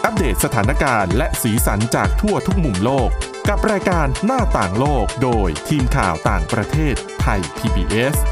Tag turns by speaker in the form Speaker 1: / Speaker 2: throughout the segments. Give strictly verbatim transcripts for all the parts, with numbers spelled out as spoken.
Speaker 1: อัปเดตสถานการณ์และสีสันจากทั่วทุกมุมโลกกับรายการหน้าต่างโลกโดยทีมข่าวต่างประเทศไทย พี บี เอส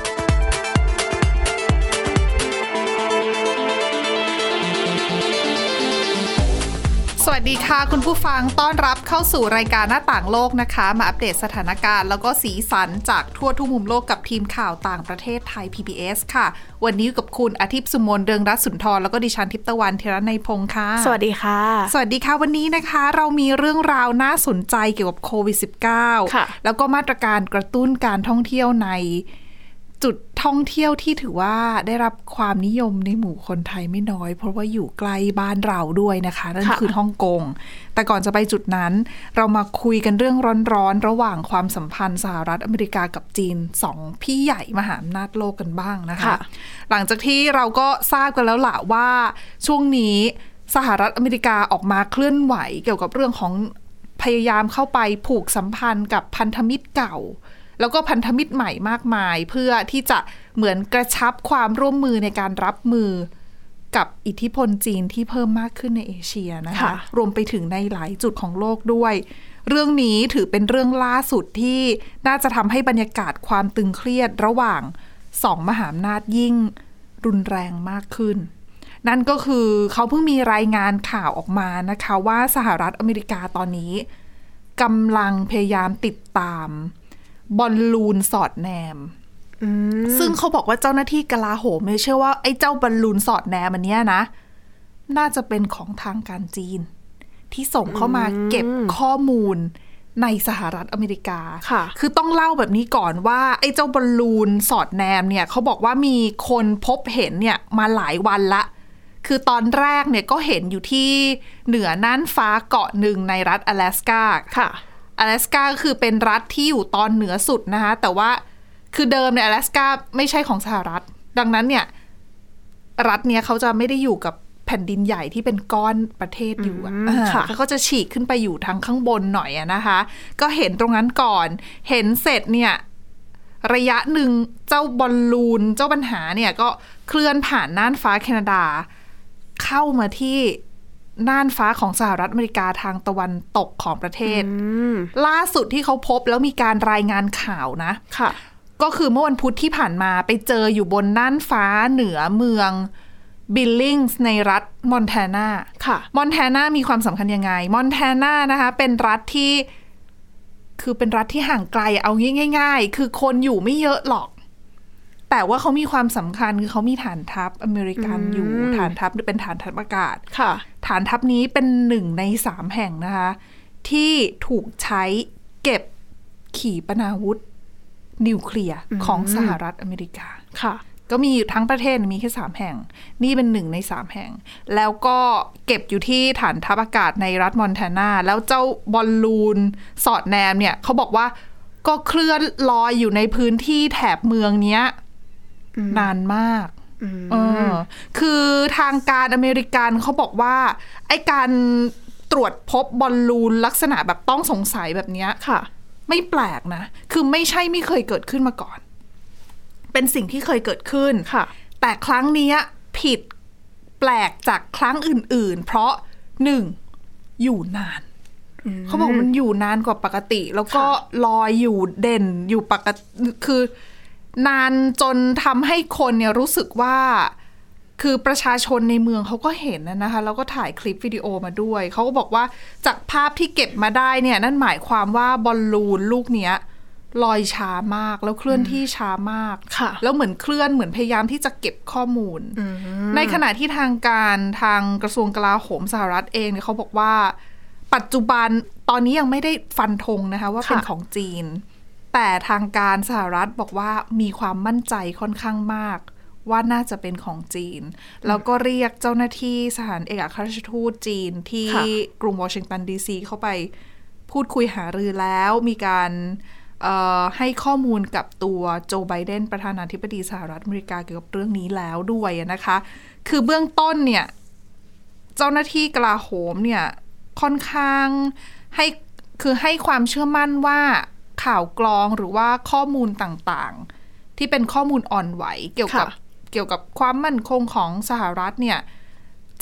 Speaker 2: สวัสดีค่ะคุณผู้ฟังต้อนรับเข้าสู่รายการหน้าต่างโลกนะคะมาอัปเดตสถานการณ์แล้วก็สีสันจากทั่วทุกมุมโลกกับทีมข่าวต่างประเทศไทย พี บี เอส ค่ะวันนี้อยู่กับคุณอาทิตย์สุมนเรืองรัตน์สุนทรแล้วก็ดิฉันทิพย์ตะวันธีรนัยพงค์ค่ะ
Speaker 3: สวัสดีค่ะ
Speaker 2: สวัสดีค่ะวันนี้นะคะเรามีเรื่องราวน่าสนใจเกี่ยวกับโควิด สิบเก้า
Speaker 3: ค่ะ
Speaker 2: แล้วก็มาตรการกระตุ้นการท่องเที่ยวในจุดท่องเที่ยวที่ถือว่าได้รับความนิยมในหมู่คนไทยไม่น้อยเพราะว่าอยู่ใกล้บ้านเราด้วยนะคะนั่นคือฮ่องกงแต่ก่อนจะไปจุดนั้นเรามาคุยกันเรื่องร้อนๆระหว่างความสัมพันธ์สหรัฐอเมริกากับจีนสองพี่ใหญ่มหาอำนาจโลกกันบ้างนะคะหลังจากที่เราก็ทราบกันแล้วล่ะว่าช่วงนี้สหรัฐอเมริกาออกมาเคลื่อนไหวเกี่ยวกับเรื่องของพยายามเข้าไปผูกสัมพันธ์กับพันธมิตรเก่าแล้วก็พันธมิตรใหม่มากมายเพื่อที่จะเหมือนกระชับความร่วมมือในการรับมือกับอิทธิพลจีนที่เพิ่มมากขึ้นในเอเชียนะคะรวมไปถึงในหลายจุดของโลกด้วยเรื่องนี้ถือเป็นเรื่องล่าสุดที่น่าจะทำให้บรรยากาศความตึงเครียดระหว่างสองมหาอำนาจยิ่งรุนแรงมากขึ้นนั่นก็คือเขาเพิ่งมีรายงานข่าวออกมานะคะว่าสหรัฐอเมริกาตอนนี้กำลังพยายามติดตามบอลลูนสอดแนมซึ่งเขาบอกว่าเจ้าหน้าที่กลาโหมไม่เชื่อว่าไอ้เจ้าบอลลูนสอดแนมอันเนี้ยนะน่าจะเป็นของทางการจีนที่ส่งเข้ามาเก็บข้อมูลในสหรัฐอเมริกาคือต้องเล่าแบบนี้ก่อนว่าไอ้เจ้าบอลลูนสอดแนมเนี่ยเขาบอกว่ามีคนพบเห็นเนี่ยมาหลายวันละคือตอนแรกเนี่ยก็เห็นอยู่ที่เหนือน่านฟ้าเกาะหนึ่งในรัฐ阿拉斯加ค่ะ阿拉斯加ก็คือเป็นรัฐที่อยู่ตอนเหนือสุดนะคะแต่ว่าคือเดิมเนี่ย阿拉斯加ไม่ใช่ของสหรัฐดังนั้นเนี่ยรัฐเนี้ยเขาจะไม่ได้อยู่กับแผ่นดินใหญ่ที่เป็นก้อนประเทศอยู่อ่ะเขาก็จะฉีกขึ้นไปอยู่ทางข้างบนหน่อยอะนะคะก็เห็นตรงนั้นก่อนเห็นเสร็จเนี่ยระยะหนึ่งเจ้าบอลลูนเจ้าปัญหาเนี่ยก็เคลื่อนผ่านน่านฟ้าแคนาดาเข้ามาที่น่านฟ้าของสหรัฐอเมริกาทางตะวันตกของประเทศล่าสุดที่เขาพบแล้วมีการรายงานข่าวนะค่ะก็คือเมื่อวันพุธที่ผ่านมาไปเจออยู่บนน่านฟ้าเหนือเมืองบิลลิงส์ในรัฐมอนแทนาค่ะมอนแทนามีความสำคัญยังไงมอนแทนานะคะเป็นรัฐที่คือเป็นรัฐที่ห่างไกลเอาง่ายๆคือคนอยู่ไม่เยอะหรอกแต่ว่าเขามีความสำคัญคือเขามีฐานทัพอเมริกันอยู่ฐานทัพเป็นฐานทัพอากาศฐานทัพนี้เป็นหนึ่งในสามแห่งนะคะที่ถูกใช้เก็บขีปนาวุธนิวเคลียร์ของสหรัฐอเมริกาค่ะก็มีทั้งประเทศมีแค่สามแห่งนี่เป็นหนึ่งในสามแห่งแล้วก็เก็บอยู่ที่ฐานทัพอากาศในรัฐมอนแทนาแล้วเจ้าบอลลูนสอดแนมเนี่ยเขาบอกว่าก็เคลื่อนลอยอยู่ในพื้นที่แถบเมืองเนี้ยนานมากเออคือทางการอเมริกันเขาบอกว่าไอ้การตรวจพบบอลลูนลักษณะแบบต้องสงสัยแบบนี้ค่ะไม่แปลกนะคือไม่ใช่ไม่เคยเกิดขึ้นมาก่อนเป็นสิ่งที่เคยเกิดขึ้นค่ะแต่ครั้งนี้ผิดแปลกจากครั้งอื่นๆเพราะหนึ่งอยู่นานเขาบอกมันอยู่นานกว่าปกติแล้วก็ลอยอยู่เด่นอยู่ปกติคือนานจนทำให้คนเนี่ยรู้สึกว่าคือประชาชนในเมืองเขาก็เห็นนะคะแล้วก็ถ่ายคลิปวิดีโอมาด้วยเขาก็บอกว่าจากภาพที่เก็บมาได้เนี่ยนั่นหมายความว่าบอลลูนลูกเนี้ยลอยช้ามากแล้วเคลื่อนที่ช้ามากแล้วเหมือนเคลื่อนเหมือนพยายามที่จะเก็บข้อมูลในขณะที่ทางการทางกระทรวงกลาโหมสหรัฐเองเนี่ยเขาบอกว่าปัจจุบันตอนนี้ยังไม่ได้ฟันธงนะคะว่าเป็นของจีนแต่ทางการสหรัฐบอกว่ามีความมั่นใจค่อนข้างมากว่าน่าจะเป็นของจีนแล้วก็เรียกเจ้าหน้าที่สถานเอกอัครราชทูตจีนที่กรุงวอชิงตันดีซีเข้าไปพูดคุยหารือแล้วมีการให้ข้อมูลกับตัวโจไบเดนประธานาธิบดีสหรัฐอเมริกาเกี่ยวกับเรื่องนี้แล้วด้วยนะคะคือเบื้องต้นเนี่ยเจ้าหน้าที่กลาโหมเนี่ยค่อนข้างให้คือให้ความเชื่อมั่นว่าข่าวกรองหรือว่าข้อมูลต่างๆที่เป็นข้อมูลอ่อนไหวเกี่ยวกับเกี่ยวกับความมั่นคงของสหรัฐเนี่ยจะ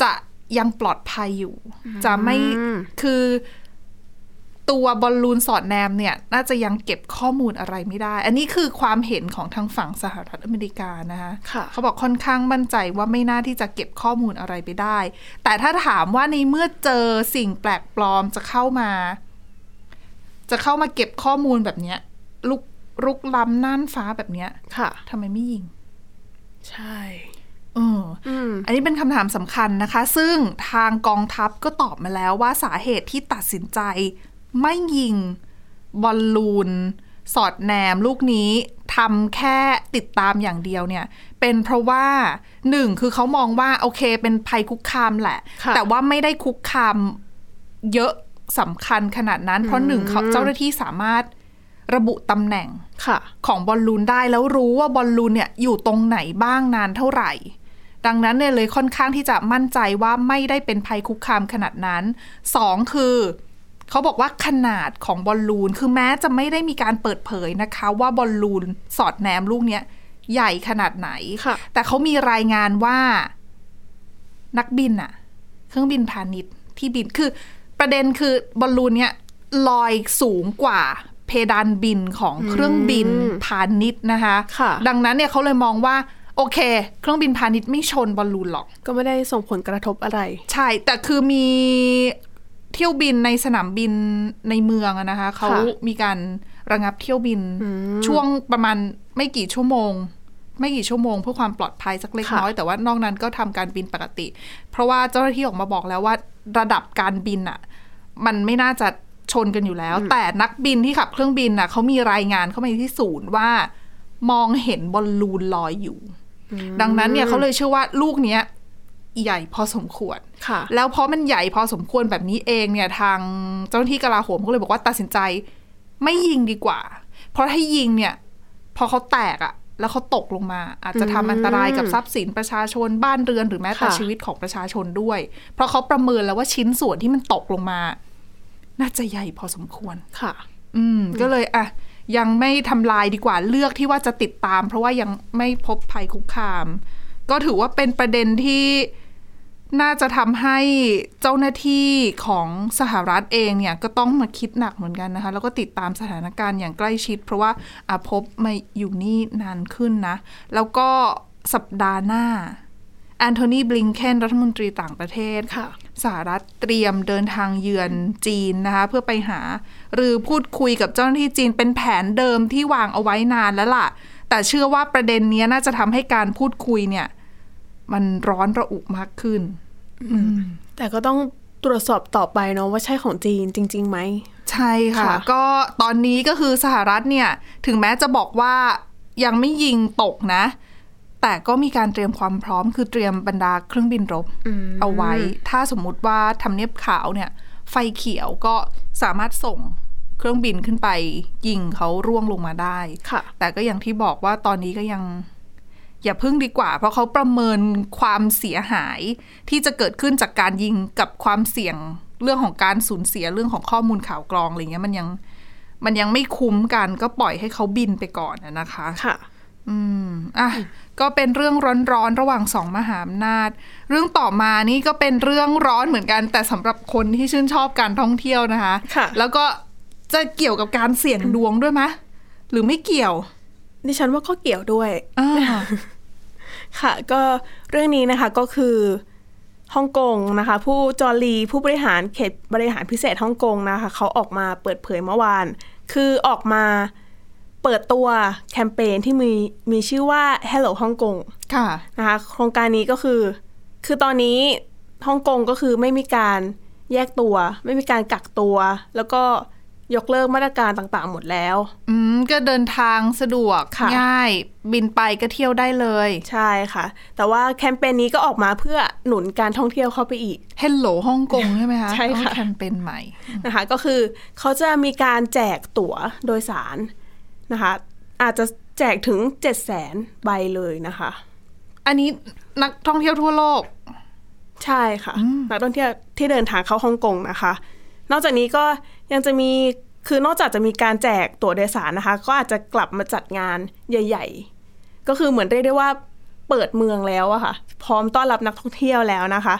Speaker 2: ยังปลอดภัยอยู่จะไม่คือตัวบอลลูนสอดแนมเนี่ยน่าจะยังเก็บข้อมูลอะไรไม่ได้อันนี้คือความเห็นของทางฝั่งสหรัฐอเมริกานะคะเขาบอกค่อนข้างมั่นใจว่าไม่น่าที่จะเก็บข้อมูลอะไรไปได้แต่ถ้าถามว่าในเมื่อเจอสิ่งแปลกปลอมจะเข้ามาจะเข้ามาเก็บข้อมูลแบบเนี้ยลุกรุกล้ำน่านฟ้าแบบเนี้ยทำไมไม่ยิง
Speaker 3: ใช่
Speaker 2: เอออันนี้เป็นคำถามสำคัญนะคะซึ่งทางกองทัพก็ตอบมาแล้วว่าสาเหตุที่ตัดสินใจไม่ยิงบอลลูนสอดแนมลูกนี้ทำแค่ติดตามอย่างเดียวเนี่ยเป็นเพราะว่าหนึ่งคือเขามองว่าโอเคเป็นภัยคุกคามแหละแต่ว่าไม่ได้คุกคามเยอะสำคัญขนาดนั้นเพราะหนึ่งเขาเจ้าหน้าที่สามารถระบุตำแหน่งของบอลลูนได้แล้วรู้ว่าบอลลูนเนี่ยอยู่ตรงไหนบ้างนานเท่าไหร่ดังนั้นเนี่ยเลยค่อนข้างที่จะมั่นใจว่าไม่ได้เป็นภัยคุกคามขนาดนั้นสองคือเขาบอกว่าขนาดของบอลลูนคือแม้จะไม่ได้มีการเปิดเผยนะคะว่าบอลลูนสอดแนมลูกเนี้ยใหญ่ขนาดไหนแต่เขามีรายงานว่านักบินอะเครื่องบินพาณิชย์ที่บินคือประเด็นคือบอลลูนเนี้ยลอยสูงกว่าเพดานบินของเครื่องบินพาณิชย์นะคะดังนั้นเนี่ยเขาเลยมองว่าโอเคเครื่องบินพาณิชย์ไม่ชนบอลลูนหรอก
Speaker 3: ก็ไม่ได้ส่งผลกระทบอะไร
Speaker 2: ใช่แต่คือมีเที่ยวบินในสนามบินในเมืองนะคะเขามีการระงับเที่ยวบินช่วงประมาณไม่กี่ชั่วโมงไม่กี่ชั่วโมงเพื่อความปลอดภัยสักเล็กน้อยแต่ว่านอกนั้นก็ทำการบินปกติเพราะว่าเจ้าหน้าที่ออกมาบอกแล้วว่าระดับการบินอ่ะมันไม่น่าจะชนกันอยู่แล้วแต่นักบินที่ขับเครื่องบินน่ะเขามีรายงานเข้ามาที่ศูนย์ว่ามองเห็นบอลลูนลอยอยู่ดังนั้นเนี่ยเขาเลยเชื่อว่าลูกเนี้ยใหญ่พอสมควรแล้วเพราะมันใหญ่พอสมควรแบบนี้เองเนี่ยทางเจ้าหน้าที่กลาโหมเขาเลยบอกว่าตัดสินใจไม่ยิงดีกว่าเพราะถ้ายิงเนี่ยพอเขาแตกอะแล้วเขาตกลงมาอาจจะทำอันตรายกับทรัพย์สินประชาชนบ้านเรือนหรือแม้แต่ชีวิตของประชาชนด้วยเพราะเขาประเมินแล้วว่าชิ้นส่วนที่มันตกลงมาน่าจะใหญ่พอสมควร
Speaker 3: ค่ะ
Speaker 2: อืมก็เลยอ่ะยังไม่ทำลายดีกว่าเลือกที่ว่าจะติดตามเพราะว่ายังไม่พบภัยคุกคามก็ถือว่าเป็นประเด็นที่น่าจะทำให้เจ้าหน้าที่ของสหรัฐเองเนี่ยก็ต้องมาคิดหนักเหมือนกันนะคะแล้วก็ติดตามสถานการณ์อย่างใกล้ชิดเพราะว่าอาพบมาอยู่นี่นานขึ้นนะแล้วก็สัปดาห์หน้าแอนโทนี บลิงเคนรัฐมนตรีต่างประเทศสหรัฐเตรียมเดินทางเยือนจีนนะคะเพื่อไปหาหรือพูดคุยกับเจ้าหน้าที่จีนเป็นแผนเดิมที่วางเอาไว้นานแล้วล่ะแต่เชื่อว่าประเด็นนี้น่าจะทำให้การพูดคุยเนี่ยมันร้อนระอุมากขึ้น
Speaker 3: แต่ก็ต้องตรวจสอบต่อไปเนาะว่าใช่ของจีนจริงๆไหม
Speaker 2: ใช่ค่ะก็ตอนนี้ก็คือสหรัฐเนี่ยถึงแม้จะบอกว่ายังไม่ยิงตกนะแต่ก็มีการเตรียมความพร้อมคือเตรียมบรรดาเครื่องบินรบเอาไว้ถ้าสมมุติว่าทำเนียบขาวเนี่ยไฟเขียวก็สามารถส่งเครื่องบินขึ้นไปยิงเขาร่วงลงมาได้แต่ก็อย่างที่บอกว่าตอนนี้ก็ยังอย่าพึ่งดีกว่าเพราะเขาประเมินความเสียหายที่จะเกิดขึ้นจากการยิงกับความเสี่ยงเรื่องของการสูญเสียเรื่องของข้อมูลข่าวกรองอะไรเงี้ยมันยังมันยังไม่คุ้มกันก็ปล่อยให้เขาบินไปก่อนนะคะ
Speaker 3: ค่ะ
Speaker 2: อืมอ่ะก็เป็นเรื่องร้อนๆระหว่างสองมหาอำนาจเรื่องต่อมานี่ก็เป็นเรื่องร้อนเหมือนกันแต่สำหรับคนที่ชื่นชอบการท่องเที่ยวนะคะ
Speaker 3: ค่ะ
Speaker 2: แล้วก็จะเกี่ยวกับการเสี่ยงดวงด้วยไหมหรือไม่เกี่ยว
Speaker 3: ดิฉันว่าก็เกี่ยวด้วยค่ะก็เรื่องนี้นะคะก็คือฮ่องกงนะคะผู้จอลีผู้บริหารเขตบริหารพิเศษฮ่องกงนะคะเขาออกมาเปิดเผยเมื่อวานคือออกมาเปิดตัวแคมเปญที่มีมีชื่อว่า Hello ฮ่องกง
Speaker 2: ค่ะ
Speaker 3: นะคะโครงการนี้ก็คือคือตอนนี้ฮ่องกงก็คือไม่มีการแยกตัวไม่มีการกักตัวแล้วก็ยกเลิกมาตรการต่างๆหมดแล้ว
Speaker 2: อืมก็เดินทางสะดวกง่ายบินไปก็เที่ยวได้เลย
Speaker 3: ใช่ค่ะแต่ว่าแคมเปญนี้ก็ออกมาเพื่อหนุนการท่องเที่ยวเข้าไปอีก
Speaker 2: Hello ฮ่องกงใช่ไหมคะ
Speaker 3: ใช่ค่ะ
Speaker 2: แคมเปญใหม่
Speaker 3: นะคะก็คือเขาจะมีการแจกตั๋วโดยสารนะคะอาจจะแจกถึง เจ็ดแสน ใบเลยนะคะ
Speaker 2: อันนี้นักท่องเที่ยวทั่วโลก
Speaker 3: ใช่ค่ะนักท่องเที่ยวที่เดินทางเข้าฮ่องกงนะคะนอกจากนี้ก็ยังจะมีคือนอกจากจะมีการแจกตั๋วโดยสารนะคะก็อาจจะกลับมาจัดงานใหญ่ๆก็คือเหมือนเรียกได้ว่าเปิดเมืองแล้วอะค่ะพร้อมต้อนรับนักท่องเที่ยวแล้วนะคะห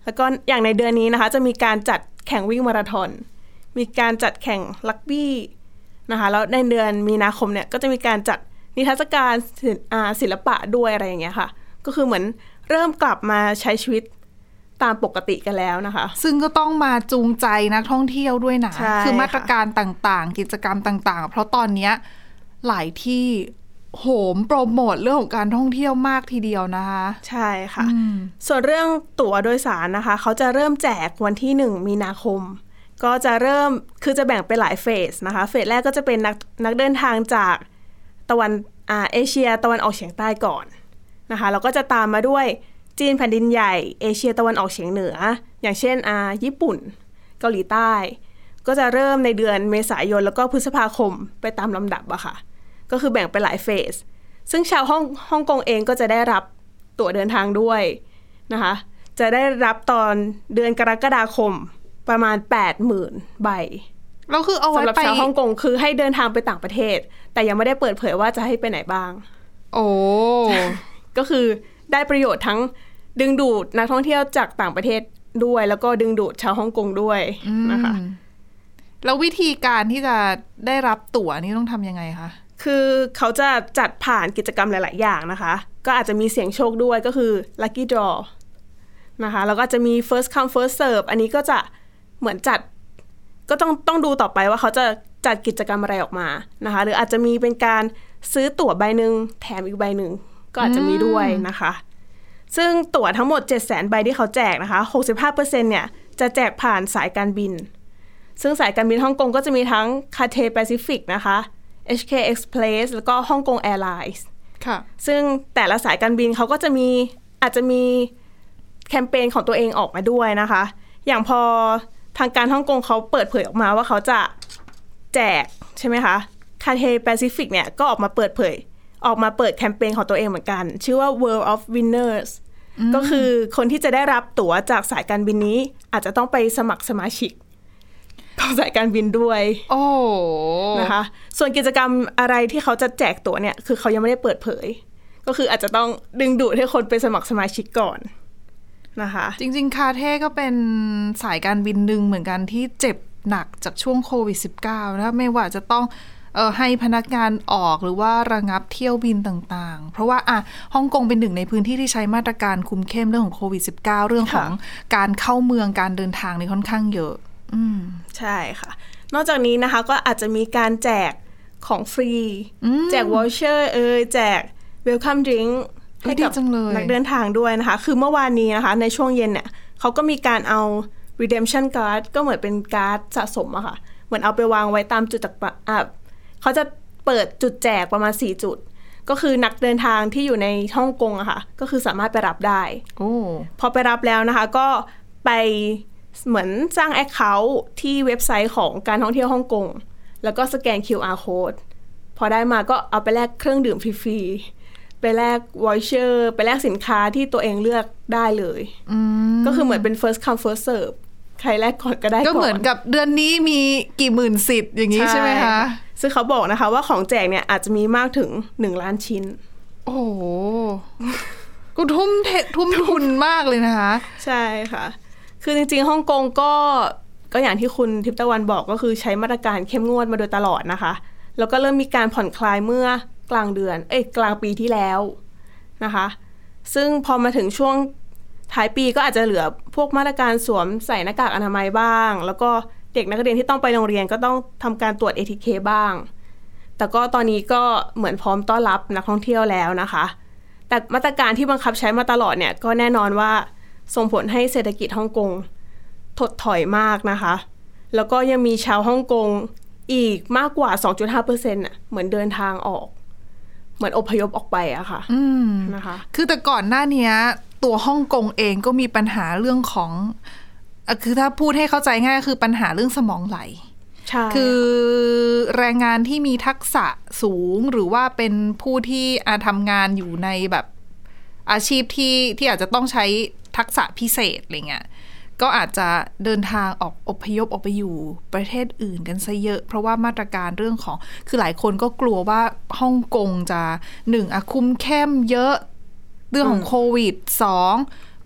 Speaker 3: แล้วก็อย่างในเดือนนี้นะคะจะมีการจัดแข่งวิ่งมาราธอนมีการจัดแข่งรักบี้นะคะแล้วในเดือนมีนาคมเนี่ยก็จะมีการจัดนิทรรศการศิลปะด้วยอะไรอย่างเงี้ยค่ะก็คือเหมือนเริ่มกลับมาใช้ชีวิตตามปกติกันแล้วนะคะ
Speaker 2: ซึ่งก็ต้องมาจูงใจนักท่องเที่ยวด้วยนะคือมาตรการต่างๆกิจกรรมต่างๆเพราะตอนนี้หลายที่โหมโปรโมทเรื่องของการท่องเที่ยวมากทีเดียวนะคะ
Speaker 3: ใช่ค่ะส่วนเรื่องตั๋วโดยสารนะคะเขาจะเริ่มแจกวันที่หนึ่งมีนาคมก็จะเริ่มคือจะแบ่งเป็นหลายเฟสนะคะเฟสแรกก็จะเป็นนักนักเดินทางจากตะวันอ่าเอเชียตะวันออกเฉียงใต้ก่อนนะคะแล้วก็จะตามมาด้วยจีนแผ่นดินใหญ่เอเชียตะวันออกเฉียงเหนืออย่างเช่นอ่าญี่ปุ่นเกาหลีใต้ก็จะเริ่มในเดือนเมษายนแล้วก็พฤษภาคมไปตามลำดับอะค่ะก็คือแบ่งเป็นหลายเฟสซึ่งชาวฮ่องฮ่องกงเองก็จะได้รับตั๋วเดินทางด้วยนะคะจะได้รับตอนเดือนกรกฎาคมประมาณ แปดหมื่น ใบ
Speaker 2: แล้วคือเอาไว้
Speaker 3: สำหรับชาวฮ่องกงคือให้เดินทางไปต่างประเทศแต่ยังไม่ได้เปิดเผยว่าจะให้ไปไหนบ้าง
Speaker 2: โอ้
Speaker 3: ก็คือได้ประโยชน์ทั้งดึงดูดนักท่องเที่ยวจากต่างประเทศด้วยแล้วก็ดึงดูดชาวฮ่องกงด้วยนะคะ
Speaker 2: แล้ววิธีการที่จะได้รับตั๋วนี่ต้องทำยังไงคะ
Speaker 3: คือเขาจะจัดผ่านกิจกรรมหลายๆอย่างนะคะก็อาจจะมีเสี่ยงโชคด้วยก็คือ lucky draw นะคะแล้วก็จะมี first come first serve อันนี้ก็จะเหมือนจัดก็ต้องต้องดูต่อไปว่าเขาจะจัดกิจกรรมอะไรออกมานะคะหรืออาจจะมีเป็นการซื้อตั๋วใบหนึ่งแถมอีกใบหนึ่งก็อาจจะมีด้วยนะคะซึ่งตั๋วทั้งหมด เจ็ดแสน ใบที่เขาแจกนะคะ หกสิบห้าเปอร์เซ็นต์ เนี่ยจะแจกผ่านสายการบินซึ่งสายการบินฮ่องกงก็จะมีทั้ง Cathay Pacific นะคะ เอช เค Express แล้วก็ Hong Kong Airlines
Speaker 2: ค่ะ
Speaker 3: ซึ่งแต่ละสายการบินเขาก็จะมีอาจจะมีแคมเปญของตัวเองออกมาด้วยนะคะอย่างพอทางการฮ่องกงเขาเปิดเผยออกมาว่าเขาจะแจกใช่ไหมคะ Cathay Pacific เนี่ยก็ออกมาเปิดเผยออกมาเปิดแคมเปญของตัวเองเหมือนกันชื่อว่า World of Winners ก็คือคนที่จะได้รับตั๋วจากสายการบินนี้อาจจะต้องไปสมัครสมาชิกของสายการบินด้วย
Speaker 2: โอ้
Speaker 3: นะคะส่วนกิจกรรมอะไรที่เขาจะแจกตั๋วเนี่ยคือเขายังไม่ได้เปิดเผยก็คืออาจจะต้องดึงดูดให้คนไปสมัครสมาชิกก่อนนะคะ
Speaker 2: จริงๆคาเท่ก็เป็นสายการบินหนึ่งเหมือนกันที่เจ็บหนักจากช่วงโควิด สิบเก้า นะไม่ว่าจะต้องเอ่อให้พนักงานออกหรือว่าระงับเที่ยวบินต่างๆเพราะว่าอ่ะฮ่องกงเป็นหนึ่งในพื้นที่ที่ใช้มาตรการคุมเข้มเรื่องของโควิด สิบเก้า เรื่องของการเข้าเมืองการเดินทางนี่ค่อนข้างเยอะอืม
Speaker 3: ใช่ค่ะนอกจากนี้นะคะก็อาจจะมีการแจกของฟรีแจกวอเชอร์เออแจกเวลคัมดริงก์ให้กับนักเดินทางด้วยนะคะคือเมื่อวานนี้นะคะในช่วงเย็นเนี่ยเขาก็มีการเอา redemption card ก็เหมือนเป็นการ์ดสะสมอะค่ะเหมือนเอาไปวางไว้ตามจุดต่างๆเขาจะเปิดจุดแจกประมาณสี่จุดก็คือนักเดินทางที่อยู่ในฮ่องกงอะค่ะก็คือสามารถไปรับได้
Speaker 2: โอ้
Speaker 3: พอไปรับแล้วนะคะก็ไปเหมือนสร้าง account ที่เว็บไซต์ของการท่องเที่ยวฮ่องกงแล้วก็สแกน คิว อาร์ code พอได้มาก็เอาไปแลกเครื่องดื่มฟรีๆไปแลก voucher ไปแลกสินค้าที่ตัวเองเลือกได้เลยก็คือเหมือนเป็น first come first serve ใครแลกก่อนก็ได้ก่อน
Speaker 2: ก็เหมือนกับเดือนนี้มีกี่หมื่นสิทธิ์อย่างนี้ใช่ไหมคะ
Speaker 3: ซึ่งเขาบอกนะคะว่าของแจกเนี่ยอาจจะมีมากถึงหนึ่งล้านชิ้น
Speaker 2: โอ้โหก็ทุ่มเททุ่มทุนมากเลยนะคะ
Speaker 3: ใช่ค่ะคือจริงๆฮ่องกงก็ก็อย่างที่คุณทิพย์ตะวันบอกก็คือใช้มาตรการเข้มงวดมาโดยตลอดนะคะแล้วก็เริ่มมีการผ่อนคลายเมื่อกลางเดือนเอ้ยกลางปีที่แล้วนะคะซึ่งพอมาถึงช่วงท้ายปีก็อาจจะเหลือพวกมาตรการสวมใส่หน้ากากอนามัยบ้างแล้วก็เด็กนักเรียนที่ต้องไปโรงเรียนก็ต้องทำการตรวจ เอ ที เค บ้างแต่ก็ตอนนี้ก็เหมือนพร้อมต้อนรับนักท่องเที่ยวแล้วนะคะแต่มาตรการที่บังคับใช้มาตลอดเนี่ยก็แน่นอนว่าส่งผลให้เศรษฐกิจฮ่องกงถดถอยมากนะคะแล้วก็ยังมีชาวฮ่องกงอีกมากกว่า สองจุดห้าเปอร์เซ็นต์ น่ะเหมือนเดินทางออกเหมือนอพยพออกไปอะค่ะนะคะ
Speaker 2: คือแต่ก่อนหน้านี้ตัวฮ่องกงเองก็มีปัญหาเรื่องของคือถ้าพูดให้เข้าใจง่ายคือปัญหาเรื่องสมองไหลคือแรงงานที่มีทักษะสูงหรือว่าเป็นผู้ที่ทำงานอยู่ในแบบอาชีพที่ที่อาจจะต้องใช้ทักษะพิเศษอะไรเงี้ยก็อาจจะเดินทางออกอพยพออกไปอยู่ประเทศอื่นกันซะเยอะเพราะว่ามาตรการเรื่องของคือหลายคนก็กลัวว่าฮ่องกงจะหนึ่งอะคุมเข้มเยอะเรื่องของโควิดสอง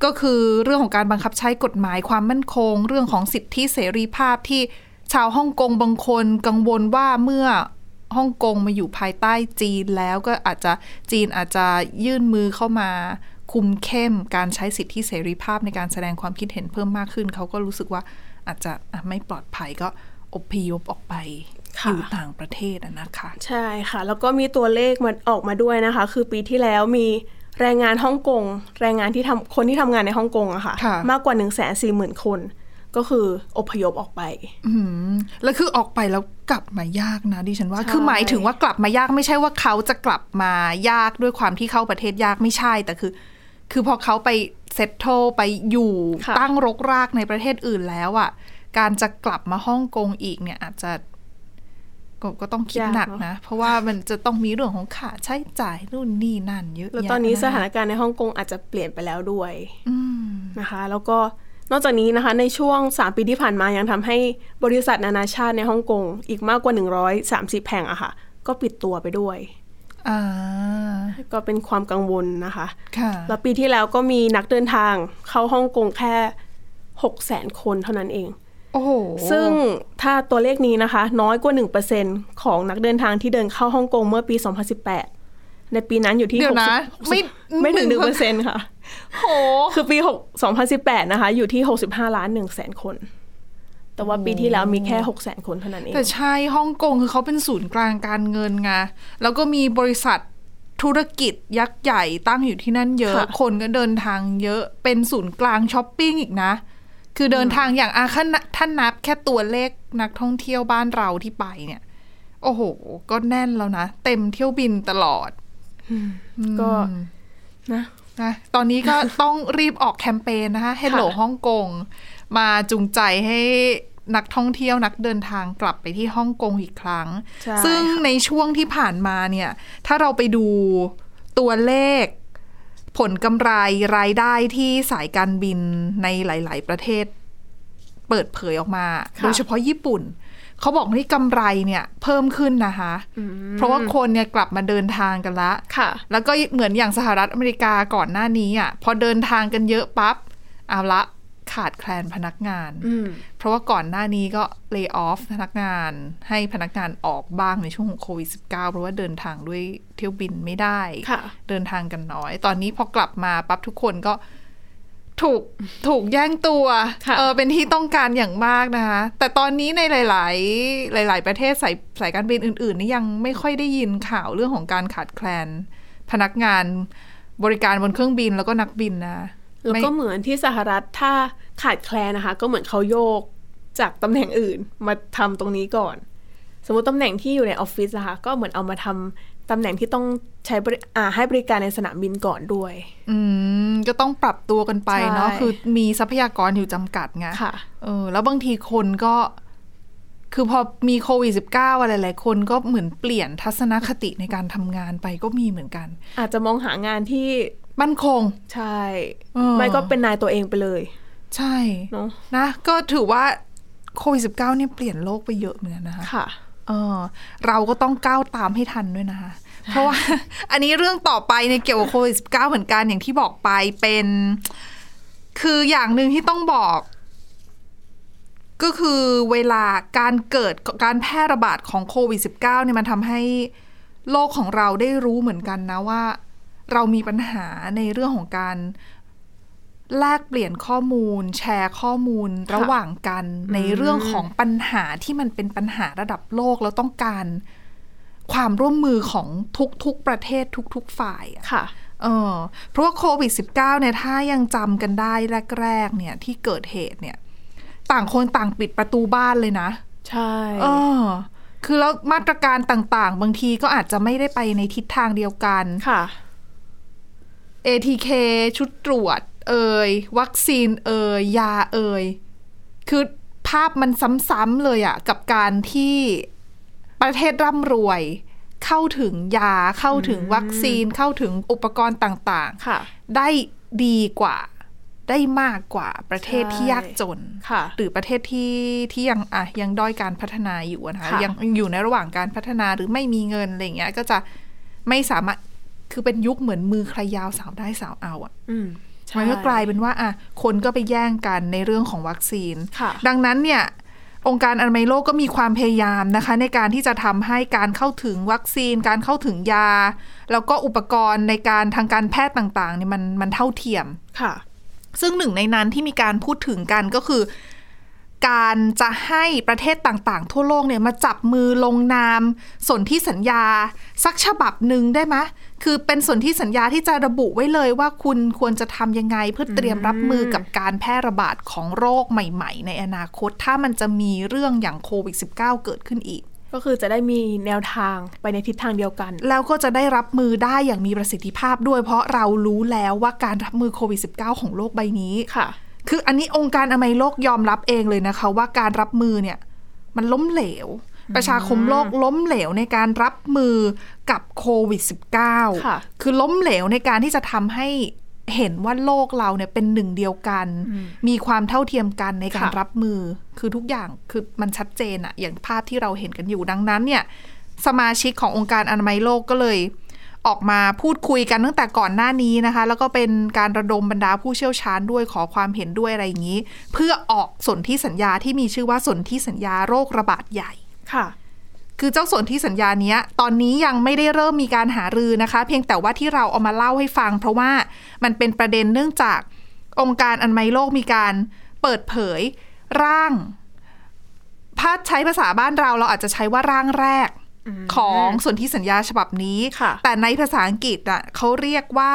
Speaker 2: ก็คือเรื่องของการบังคับใช้กฎหมายความมั่นคงเรื่องของสิทธิเสรีภาพที่ชาวฮ่องกงบางคนกังวลว่าเมื่อฮ่องกงมาอยู่ภายใต้จีนแล้วก็อาจจะจีนอาจจะยื่นมือเข้ามาคุมเข้มการใช้สิทธิเสรีภาพในการแสดงความคิดเห็นเพิ่มมากขึ้นเขาก็รู้สึกว่าอาจจะไม่ปลอดภัยก็อพยพออกไปอยู่ต่างประเทศนะคะ
Speaker 3: ใช่ค่ะแล้วก็มีตัวเลขมันออกมาด้วยนะคะคือปีที่แล้วมีแรงงานฮ่องกงแรงงานที่ทำคนที่ทำงานในฮ่องกงอะค่ะมากกว่า หนึ่งแสนสี่หมื่น คนก็คืออพยพออกไป
Speaker 2: อืมแล้วคือออกไปแล้วกลับมายากนะดิฉันว่าคือหมายถึงว่ากลับมายากไม่ใช่ว่าเขาจะกลับมายากด้วยความที่เข้าประเทศยากไม่ใช่แต่คือคือพอเขาไปเซตโตไปอยู่ตั้งรกรากในประเทศอื่นแล้วอ่ะการจะกลับมาฮ่องกงอีกเนี่ยอาจจะก็ก็ต้องคิดหนักนะเพราะว่ามันจะต้องมีเรื่องของค่าใช้จ่ายนู่นนี่นั่นเยอะ
Speaker 3: แล้วตอนนี้สถานการณ์ในฮ่องกงอาจจะเปลี่ยนไปแล้วด้วยนะคะแล้วก็นอกจากนี้นะคะในช่วงสามปีที่ผ่านมายังทำให้บริษัทนานาชาติในฮ่องกงอีกมากกว่าหนึ่งร้อยสามสิบแห่งอะค่ะก็ปิดตัวไปด้วยก็เป็นความกังวลนะคะแล้วปีที่แล้วก็มีนักเดินทางเข้าฮ่องกงแค่หกแสนคนเท่านั้นเอง
Speaker 2: โอ้โห
Speaker 3: ซึ่งถ้าตัวเลขนี้นะคะน้อยกว่า หนึ่งเปอร์เซ็นต์ ของนักเดินทางที่เดินเข้าฮ่องกงเมื่อปีสองพันสิบแปดในปีนั้นอยู่ที่
Speaker 2: เดี๋ยวนะไม่
Speaker 3: ไม่ถึง หนึ่งเปอร์เซ็นต์ ค่ะโหคือปีสองพันสิบแปดนะคะอยู่ที่หกสิบห้าล้านหนึ่งแสนคนแต่ว่าปีที่แล้วมีแค่หกแสนคนเท่านั้นเอง
Speaker 2: แต่ใช่ฮ่องกงคือเขาเป็นศูนย์กลางการเงินไงแล้วก็มีบริษัทธุรกิจยักษ์ใหญ่ตั้งอยู่ที่นั่นเยอะคนก็เดินทางเยอะเป็นศูนย์กลางช้อปปิ้งอีกนะคือเดินทางอย่างอาคันท่านนับแค่ตัวเลขนักท่องเที่ยวบ้านเราที่ไปเนี่ยโอ้โหก็แน่นแล้วนะเต็มเที่ยวบินตลอด
Speaker 3: ก็นะ
Speaker 2: นะตอนนี้ก็ต้องรีบออกแคมเปญนะคะ Hello ฮ่องกงมาจูงใจให้นักท่องเที่ยวนักเดินทางกลับไปที่ฮ่องกงอีกครั้งซึ่งในช่วงที่ผ่านมาเนี่ยถ้าเราไปดูตัวเลขผลกำไรรายได้ที่สายการบินในหลายๆประเทศเปิดเผยออกมาโดยเฉพาะญี่ปุ่นเขาบอกว่าที่กำไรเนี่ยเพิ่มขึ้นนะคะเพราะว่าคนเนี่ยกลับมาเดินทางกันละแล้วก็เหมือนอย่างสหรัฐอเมริกาก่อนหน้านี้อ่ะพอเดินทางกันเยอะปั๊บเอาละขาดแคลนพนักงานเพราะว่าก่อนหน้านี้ก็ lay off พนักงานให้พนักงานออกบ้างในช่วงของโควิด สิบเก้า เพราะว่าเดินทางด้วยเที่ยวบินไม่ได้เดินทางกันน้อยตอนนี้พอกลับมาปั๊บทุกคนก็ถูกถูกแย่งตัวเออเป็นที่ต้องการอย่างมากนะคะแต่ตอนนี้ในหลายๆหลายๆประเทศสายสายการบินอื่นๆนี่ยังไม่ค่อยได้ยินข่าวเรื่องของการขาดแคลนพนักงานบริการบนเครื่องบินแล้วก็นักบินนะ
Speaker 3: แล้วก็เหมือนที่สหรัฐถ้าขาดแคลนนะคะก็เหมือนเขาโยกจากตำแหน่งอื่นมาทำตรงนี้ก่อนสมมติตำแหน่งที่อยู่ในออฟฟิศนะคะก็เหมือนเอามาทำตำแหน่งที่ต้องใช้ให้บริการในสนามบินก่อนด้วย
Speaker 2: อืมก็ต้องปรับตัวกันไปเนาะคือมีทรัพยากรอยู่จำกัดไง
Speaker 3: ค่ะ
Speaker 2: เออแล้วบางทีคนก็คือพอมีโควิด สิบเก้า อะไรหลายคนก็เหมือนเปลี่ยนทัศนคติในการทำงานไปก็มีเหมือนกัน
Speaker 3: อาจจะมองหางานที่
Speaker 2: มั่นคง
Speaker 3: ใช่ไม่ก็เป็นนายตัวเองไปเลย
Speaker 2: ใช่เนาะนะก็ถือว่าโควิด สิบเก้า นี่เปลี่ยนโลกไปเยอะเหมือนกันนะคะ
Speaker 3: ค่ะ
Speaker 2: เออเราก็ต้องก้าวตามให้ทันด้วยนะคะเพราะว่าอันนี้เรื่องต่อไปในเกี่ยวกับโควิด สิบเก้า เหมือนกันอย่างที่บอกไปเป็นคืออย่างหนึ่งที่ต้องบอกก็คือเวลาการเกิดการแพร่ระบาดของโควิด สิบเก้า เนี่ยมันทำให้โลกของเราได้รู้เหมือนกันนะว่าเรามีปัญหาในเรื่องของการแลกเปลี่ยนข้อมูลแชร์ข้อมูลระหว่างกันในเรื่องของปัญหาที่มันเป็นปัญหาระดับโลกแล้วต้องการความร่วมมือของทุกๆประเทศทุกๆฝ่าย
Speaker 3: ค่ะ
Speaker 2: เออเพราะว่าโควิด สิบเก้า เนี่ยถ้ายังจำกันได้แรกๆเนี่ยที่เกิดเหตุเนี่ยต่างคนต่างปิดประตูบ้านเลยนะ
Speaker 3: ใช่
Speaker 2: เออคือแล้วมาตรการต่างๆบางทีก็อาจจะไม่ได้ไปในทิศทางเดียวกัน
Speaker 3: ค่ะ
Speaker 2: เอ ที เค ชุดตรวจเอ่ยวัคซีนเอ่ยยาเอ่ยคือภาพมันซ้ำๆเลยอะกับการที่ประเทศร่ำรวยเข้าถึงยาเข้าถึงวัคซีนเข้าถึงอุปกรณ์ต่างๆได้ดีกว่าได้มากกว่าประเทศที่ยากจนหรือประเทศที่ที่ยังอ่ะยังด้อยการพัฒนาอยู่นะคะยังอยู่ในระหว่างการพัฒนาหรือไม่มีเงินอะไรเงี้ยก็จะไม่สามารถคือเป็นยุคเหมือนมือใครยาวสาวได้สาวเอาอ่ะ
Speaker 3: อืมใ
Speaker 2: มันก็กลายเป็นว่าอ่ะคนก็ไปแย่งกันในเรื่องของวัคซีนดังนั้นเนี่ยองค์การอนามัยโลกก็มีความพยายามนะคะในการที่จะทำให้การเข้าถึงวัคซีนการเข้าถึงยาแล้วก็อุปกรณ์ในการทางการแพทย์ต่างๆเนี่ยมันมันเท่าเทียม
Speaker 3: ค่ะ
Speaker 2: ซึ่งหนึ่งในนั้นที่มีการพูดถึงกันก็คือการจะให้ประเทศต่างๆทั่วโลกเนี่ยมาจับมือลงนามสนธิสัญญาสักฉบับหนึ่งได้ไหมคือเป็นสนธิสัญญาที่จะระบุไว้เลยว่าคุณควรจะทำยังไงเพื่อเตรียมรับมือกับการแพร่ระบาดของโรคใหม่ๆในอนาคตถ้ามันจะมีเรื่องอย่างโควิด สิบเก้า เกิดขึ้นอีก
Speaker 3: ก็คือจะได้มีแนวทางไปในทิศทางเดียวกัน
Speaker 2: แล้วก็จะได้รับมือได้อย่างมีประสิทธิภาพด้วยเพราะเรารู้แล้วว่าการรับมือโควิด สิบเก้า ของโลกใบนี้
Speaker 3: ค่ะ
Speaker 2: คืออันนี้องค์การอนามัยโลกยอมรับเองเลยนะคะว่าการรับมือเนี่ยมันล้มเหลวประชาคมโลกล้มเหลวในการรับมือกับโควิด สิบเก้า
Speaker 3: ค่ะ
Speaker 2: คือล้มเหลวในการที่จะทำให้เห็นว่าโลกเราเนี่ยเป็นหนึ่งเดียวกันมีความเท่าเทียมกันในการรับมือคือทุกอย่างคือมันชัดเจนอะอย่างภาพที่เราเห็นกันอยู่ดังนั้นเนี่ยสมาชิกขององค์การอนามัยโลกก็เลยออกมาพูดคุยกันตั้งแต่ก่อนหน้านี้นะคะแล้วก็เป็นการระดมบรรดาผู้เชี่ยวชาญด้วยขอความเห็นด้วยอะไรอย่างนี้เพื่อออกสนธิสัญญาที่มีชื่อว่าสนธิสัญญาโรคระบาดใหญ่
Speaker 3: ค่ะ
Speaker 2: คือเจ้าสนธิสัญญาเนี้ยตอนนี้ยังไม่ได้เริ่มมีการหารือนะคะเพียงแต่ว่าที่เราเอามาเล่าให้ฟังเพราะว่ามันเป็นประเด็นเนื่องจากองค์การอนามัยโลกมีการเปิดเผยร่างพาใช้ภาษาบ้านเราเราอาจจะใช้ว่าร่างแรกของสนธิสัญญาฉบับนี้แต่ในภาษาอังกฤษอ่ะเขาเรียกว่า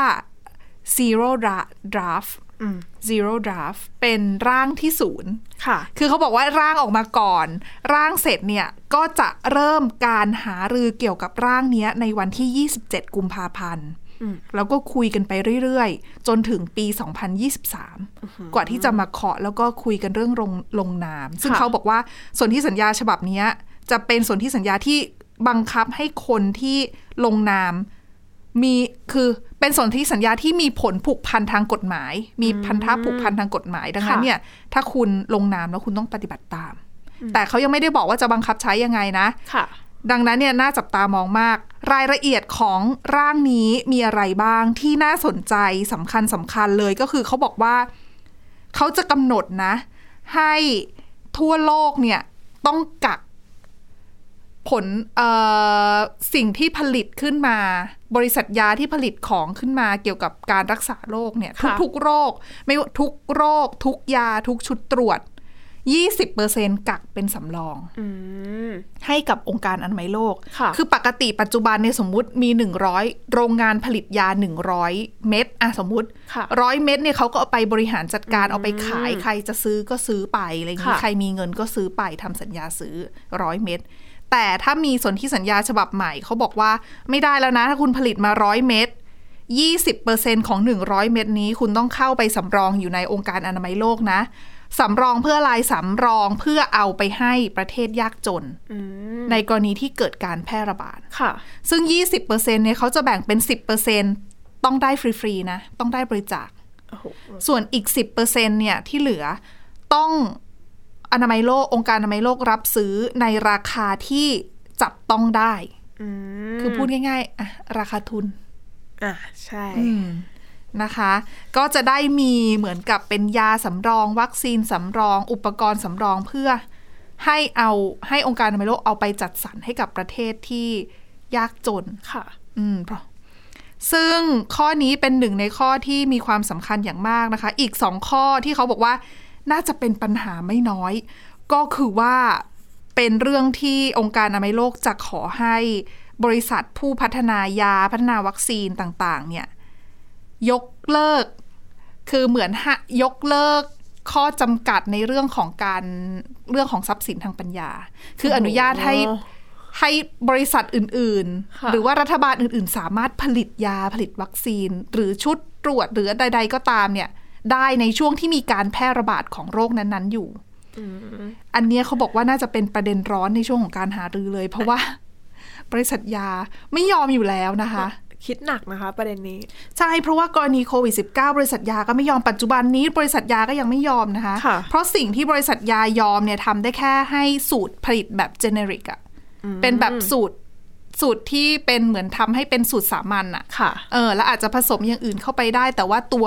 Speaker 2: zero draft zero draft เป็นร่างที่ศูนย์คือเขาบอกว่าร่างออกมาก่อนร่างเสร็จเนี่ยก็จะเริ่มการหารือเกี่ยวกับร่างนี้ในวันที่ยี่สิบเจ็ดกุมภาพันธ์แล้วก็คุยกันไปเรื่อยๆจนถึงปีสองพันยี่สิบสามกว่าที่จะมาเคาะแล้วก็คุยกันเรื่องลงลงนามซึ่งเขาบอกว่าสนธิสัญญาฉบับนี้จะเป็นสนธิสัญญาที่บังคับให้คนที่ลงนามมีคือเป็นสนธิสัญญาที่มีผลผูกพันทางกฎหมายมีพันธะผูกพันทางกฎหมายดังนั้นเนี่ยถ้าคุณลงนามแล้วคุณต้องปฏิบัติตามแต่เขายังไม่ได้บอกว่าจะบังคับใช้ยังไงนะดังนั้นเนี่ยน่าจับตามองมากรายละเอียดของร่างนี้มีอะไรบ้างที่น่าสนใจสำคัญสำคัญเลยก็คือเขาบอกว่าเขาจะกำหนดนะให้ทั่วโลกเนี่ยต้องกักผลสิ่งที่ผลิตขึ้นมาบริษัทยาที่ผลิตของขึ้นมาเกี่ยวกับการรักษาโรคเนี่ยทุกๆโรคไม่ทุกโรคทุกยาทุกชุดตรวจ ยี่สิบเปอร์เซ็นต์ กักเป็นสำรองให้กับองค์การอนามัยโลกคือปกติปัจจุบันในสมมุติมีหนึ่งร้อยโรงงานผลิตยาหนึ่งร้อยเม็ดอ่ะสมมุติหนึ่งร้อยเม็ดเนี่ยเขาก็เอาไปบริหารจัดการเอาไปขายใครจะซื้อก็ซื้อไปอะไรอย่างนี้ใครมีเงินก็ซื้อไปทำสัญญาซื้อหนึ่งร้อยเม็ดแต่ถ้ามีสนธิสัญญาฉบับใหม่เขาบอกว่าไม่ได้แล้วนะถ้าคุณผลิตมาหนึ่งร้อยเม็ด ยี่สิบเปอร์เซ็นต์ ของหนึ่งร้อยเม็ดนี้คุณต้องเข้าไปสำรองอยู่ในองค์การอนามัยโลกนะสำรองเพื่ออะไรสำรองเพื่อเอาไปให้ประเทศยากจนในกรณีที่เกิดการแพร่ระบาด
Speaker 3: ค่ะ
Speaker 2: ซึ่ง ยี่สิบเปอร์เซ็นต์ เนี่ยเขาจะแบ่งเป็น สิบเปอร์เซ็นต์ ต้องได้ฟรีๆนะต้องได้บริจาคส่วนอีก สิบเปอร์เซ็นต์ เนี่ยที่เหลือต้องอนามัยโลกองค์การอนามัยโลกรับซื้อในราคาที่จับต้องได้คือพูดง่ายๆอะราคาทุน
Speaker 3: อ่ะใช่
Speaker 2: นะคะก็จะได้มีเหมือนกับเป็นยาสำรองวัคซีนสำรองอุปกรณ์สำรองเพื่อให้เอาให้องค์การอนามัยโลกเอาไปจัดสรรให้กับประเทศที่ยากจน
Speaker 3: ค่ะ
Speaker 2: อืมซึ่งข้อนี้เป็นหนึ่งในข้อที่มีความสำคัญอย่างมากนะคะอีกสองข้อที่เขาบอกว่าน่าจะเป็นปัญหาไม่น้อยก็คือว่าเป็นเรื่องที่องค์การอนามัยโลกจะขอให้บริษัทผู้พัฒนายาพัฒนาวัคซีนต่างๆเนี่ยยกเลิกคือเหมือนยกเลิกข้อจำกัดในเรื่องของการเรื่องของทรัพย์สินทางปัญญาคืออนุญาตให้ให้บริษัทอื่นๆหรือว่ารัฐบาลอื่นๆสามารถผลิตยาผลิตวัคซีนหรือชุดตรวจหรือใดๆก็ตามเนี่ยได้ในช่วงที่มีการแพร่ระบาดของโรคนั้นๆอยู่อันนี้เขาบอกว่าน่าจะเป็นประเด็นร้อนในช่วงของการหารือเลยเพราะว่าบริษัทยาไม่ยอมอยู่แล้วนะคะ
Speaker 3: คิดหนักนะคะประเด็นนี้
Speaker 2: ใช่เพราะว่ากรณีโควิด สิบเก้า บริษัทยาก็ไม่ยอมปัจจุบันนี้บริษัทยาก็ยังไม่ยอมนะคะเพราะสิ่งที่บริษัทยายอมเนี่ยทำได้แค่ให้สูตรผลิตแบบเจเนริกอะเป็นแบบสูตรสูตรที่เป็นเหมือนทำให้เป็นสูตรสามัญอะเออแล้วอาจจะผสมอย่างอื่นเข้าไปได้แต่ว่าตัว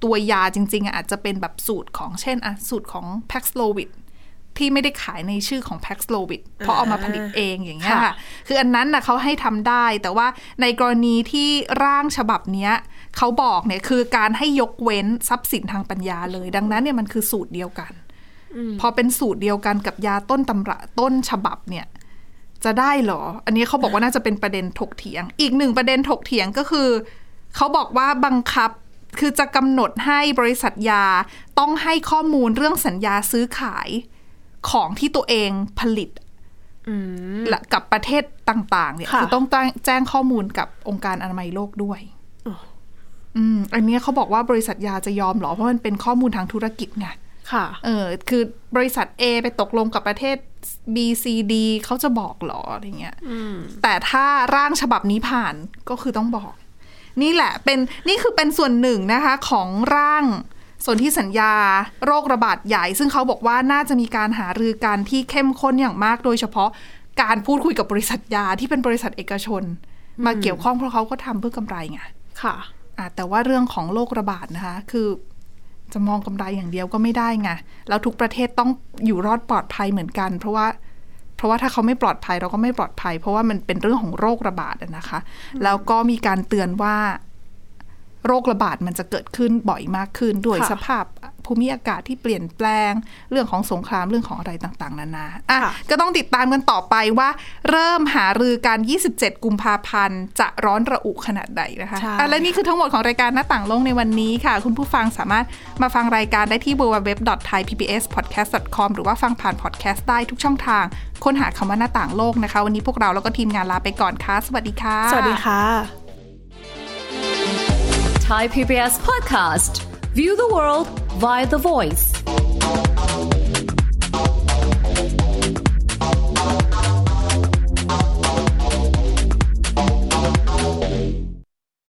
Speaker 2: ตัวยาจริงๆอาจจะเป็นแบบสูตรของเช่นอ่ะสูตรของ Paxlovid ที่ไม่ได้ขายในชื่อของ Paxlovid เพราะเอามาผลิตเองอย่างเงี้ยค่ะคืออันนั้นนะเขาให้ทำได้แต่ว่าในกรณีที่ร่างฉบับเนี้ยเขาบอกเนี่ยคือการให้ยกเว้นทรัพย์สินทางปัญญาเลยดังนั้นเนี่ยมันคือสูตรเดียวกันพอเป็นสูตรเดียวกันกับยาต้นตำรับต้นฉบับเนี่ยจะได้เหรออันนี้เขาบอกว่าน่าจะเป็นประเด็นถกเถียงอีกหนึ่งประเด็นถกเถียงก็คือเขาบอกว่าบังคับคือจะกำหนดให้บริษัทยาต้องให้ข้อมูลเรื่องสัญญาซื้อขายของที่ตัวเองผลิตและกับประเทศต่างๆเนี่ยคือต้องแจ้งข้อมูลกับองค์การอนามัยโลกด้วยอืมอันนี้เขาบอกว่าบริษัทยาจะยอมหรอเพราะมันเป็นข้อมูลทางธุรกิจไง
Speaker 3: ค่ะ
Speaker 2: เออคือบริษัท A ไปตกลงกับประเทศ B C D เขาจะบอกหรออะไรเงี้ยแต่ถ้าร่างฉบับนี้ผ่านก็คือต้องบอกนี่แหละเป็นนี่คือเป็นส่วนหนึ่งนะคะของร่างสนธิสัญญาโรคระบาดใหญ่ซึ่งเขาบอกว่าน่าจะมีการหารือกันที่เข้มข้นอย่างมากโดยเฉพาะการพูดคุยกับบริษัทยาที่เป็นบริษัทเอกชนมาเกี่ยวข้องเพราะเขาก็ทำเพื่อกำไรไง
Speaker 3: ค่ะ
Speaker 2: อ่ะแต่ว่าเรื่องของโรคระบาดนะคะคือจะมองกำไรอย่างเดียวก็ไม่ได้ไงแล้วทุกประเทศต้องอยู่รอดปลอดภัยเหมือนกันเพราะว่าเพราะว่าถ้าเขาไม่ปลอดภัยเราก็ไม่ปลอดภัยเพราะว่ามันเป็นเรื่องของโรคระบาดนะคะแล้วก็มีการเตือนว่าโรคระบาดมันจะเกิดขึ้นบ่อยมากขึ้นด้วยสภาพภูมิอากาศที่เปลี่ยนแปลงเรื่องของสงครามเรื่องของอะไรต่างๆนานาอ่ะก็ต้องติดตามกันต่อไปว่าเริ่มหารือกันยี่สิบเจ็ดกุมภาพันธ์จะร้อนระอุขนาดใดนะคะอ่ะและนี่คือทั้งหมดของรายการหน้าต่างโลกในวันนี้ค่ะคุณผู้ฟังสามารถมาฟังรายการได้ที่ ดับเบิลยู ดับเบิลยู ดับเบิลยู ดอท ไทย พี บี เอส พอดแคสต์ ดอท คอม หรือว่าฟังผ่านพอดแคสต์ได้ทุกช่องทางค้นหาคำว่าหน้าต่างโลกนะคะวันนี้พวกเราแล้วก็ทีมงานลาไปก่อนค่ะสวัสดีค่ะ
Speaker 3: สวัสดีค่ะ
Speaker 4: Thai พี บี เอส Podcast. View the world via the voice.